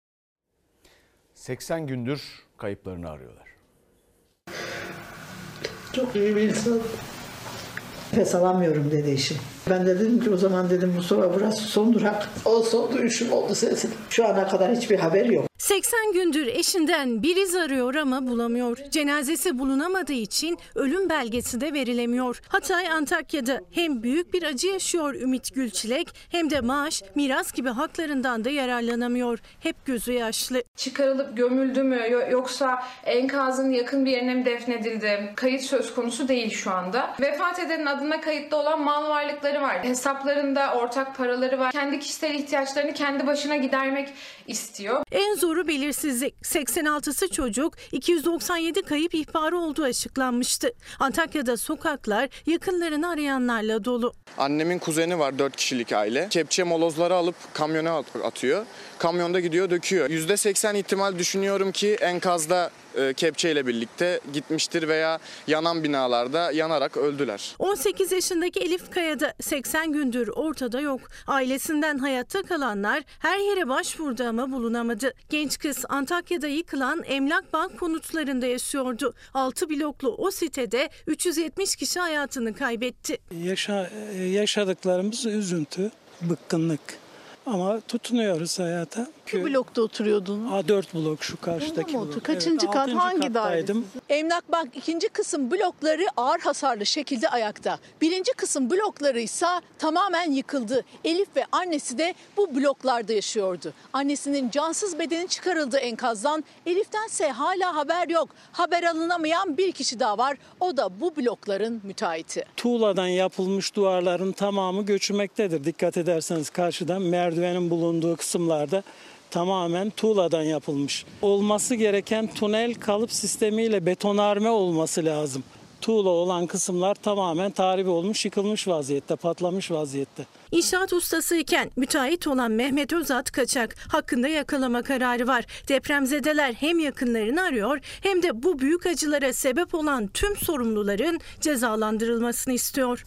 80 gündür kayıplarını arıyorlar. Çok iyi bir insan. Nefes alamıyorum dedi eşim. Ben de dedim ki o zaman dedim Mustafa burası son durak. O son duyuşum oldu sesin. Şu ana kadar hiçbir haber yok. 80 gündür eşinden bir iz arıyor ama bulamıyor. Cenazesi bulunamadığı için ölüm belgesi de verilemiyor. Hatay, Antakya'da hem büyük bir acı yaşıyor Ümit Gülçilek hem de maaş, miras gibi haklarından da yararlanamıyor. Hep gözü yaşlı. Çıkarılıp gömüldü mü yoksa enkazın yakın bir yerine mi defnedildi? Kayıt söz konusu değil şu anda. Vefat edenin adına kayıtlı olan mal varlıkları var. Hesaplarında ortak paraları var. Kendi kişisel ihtiyaçlarını kendi başına gidermek istiyor. En zoru belirsizlik. 86'sı çocuk, 297 kayıp ihbarı olduğu açıklanmıştı. Antakya'da sokaklar yakınlarını arayanlarla dolu. Annemin kuzeni var, 4 kişilik aile. Kepçe molozları alıp kamyona atıyor. Kamyonda gidiyor döküyor. %80 ihtimal düşünüyorum ki enkazda kepçeyle birlikte gitmiştir veya yanan binalarda yanarak öldüler. 18 yaşındaki Elif Kaya da 80 gündür ortada yok. Ailesinden hayatta kalanlar her yere başvurdu ama bulunamadı. Genç kız Antakya'da yıkılan Emlak Bank konutlarında yaşıyordu. 6 bloklu o sitede 370 kişi hayatını kaybetti. Yaşadıklarımız üzüntü, bıkkınlık. Ama tutunuyoruz hayata. Bir blokta oturuyordunuz. A4 blok şu karşıdaki blok. Kaçıncı kat? Hangi daire? Emlak Bank ikinci kısım blokları ağır hasarlı şekilde ayakta. Birinci kısım blokları ise tamamen yıkıldı. Elif ve annesi de bu bloklarda yaşıyordu. Annesinin cansız bedeni çıkarıldı enkazdan. Elif'tense hala haber yok. Haber alınamayan bir kişi daha var. O da bu blokların müteahhiti. Tuğladan yapılmış duvarların tamamı göçmektedir. Dikkat ederseniz karşıdan merdivenin bulunduğu kısımlarda tamamen tuğladan yapılmış. Olması gereken tünel kalıp sistemiyle betonarme olması lazım. Tuğla olan kısımlar tamamen tahribi olmuş, yıkılmış vaziyette, patlamış vaziyette. İnşaat ustasıyken müteahhit olan Mehmet Özat Kaçak hakkında yakalama kararı var. Depremzedeler hem yakınlarını arıyor hem de bu büyük acılara sebep olan tüm sorumluların cezalandırılmasını istiyor.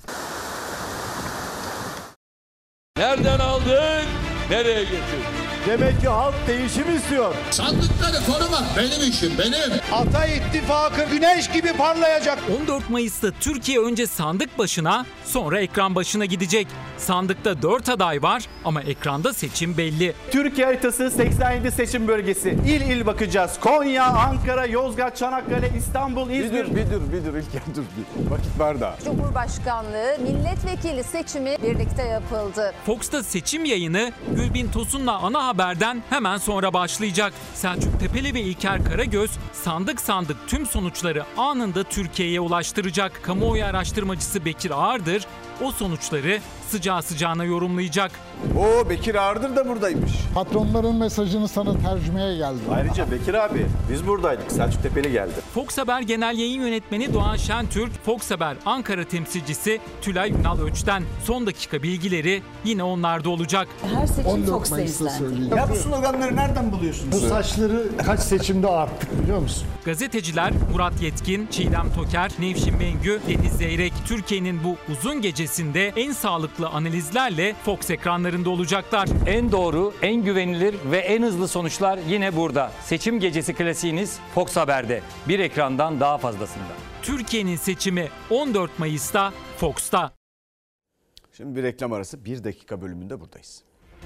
Nereden aldık? Nereye getirdik? Demek ki halk değişim istiyor. Sandıkları korumak benim işim, benim. Ata İttifakı güneş gibi parlayacak. 14 Mayıs'ta Türkiye önce sandık başına, sonra ekran başına gidecek. Sandıkta 4 aday var ama ekranda seçim belli. Türkiye haritası 87 seçim bölgesi. İl il bakacağız. Konya, Ankara, Yozgat, Çanakkale, İstanbul, İzmir. Bir dur İlker dur. Vakit var da. Cumhurbaşkanlığı milletvekili seçimi birlikte yapıldı. Fox'ta seçim yayını Gülbin Tosun'la ana haberden hemen sonra başlayacak. Selçuk Tepeli ve İlker Karagöz sandık tüm sonuçları anında Türkiye'ye ulaştıracak. Kamuoyu araştırmacısı Bekir Ağırdır o sonuçları sıcağı sıcağına yorumlayacak. Bekir Ağırdır da buradaymış. Patronların mesajını sana tercümeye geldim. Ayrıca Bekir abi biz buradaydık. Selçuk Tepeli geldi. Fox Haber Genel Yayın Yönetmeni Doğan Şentürk, Fox Haber Ankara temsilcisi Tülay Ünal Öç'ten son dakika bilgileri yine onlarda olacak. Her seçim Fox'ta izlendi. Ya bu sloganları nereden buluyorsunuz? Bu saçları kaç seçimde arttık biliyor musun? Gazeteciler Murat Yetkin, Çiğdem Toker, Nevşin Mengü, Deniz Zeyrek, Türkiye'nin bu uzun gecesinde en sağlıklı analizlerle Fox ekranlarında olacaklar. En doğru, en güvenilir ve en hızlı sonuçlar yine burada. Seçim gecesi klasiğiniz Fox Haber'de. Bir ekrandan daha fazlasında. Türkiye'nin seçimi 14 Mayıs'ta Fox'ta. Şimdi bir reklam arası 1 dakika bölümünde buradayız.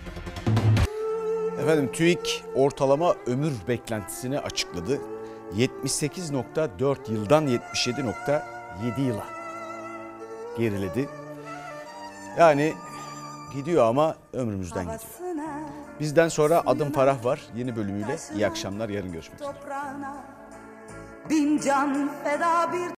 Efendim TÜİK ortalama ömür beklentisini açıkladı. 78.4 yıldan 77.7 yıla geriledi. Yani gidiyor ama ömrümüzden gidiyor. Bizden sonra Adım Farah var yeni bölümüyle. İyi akşamlar, yarın görüşmek üzere.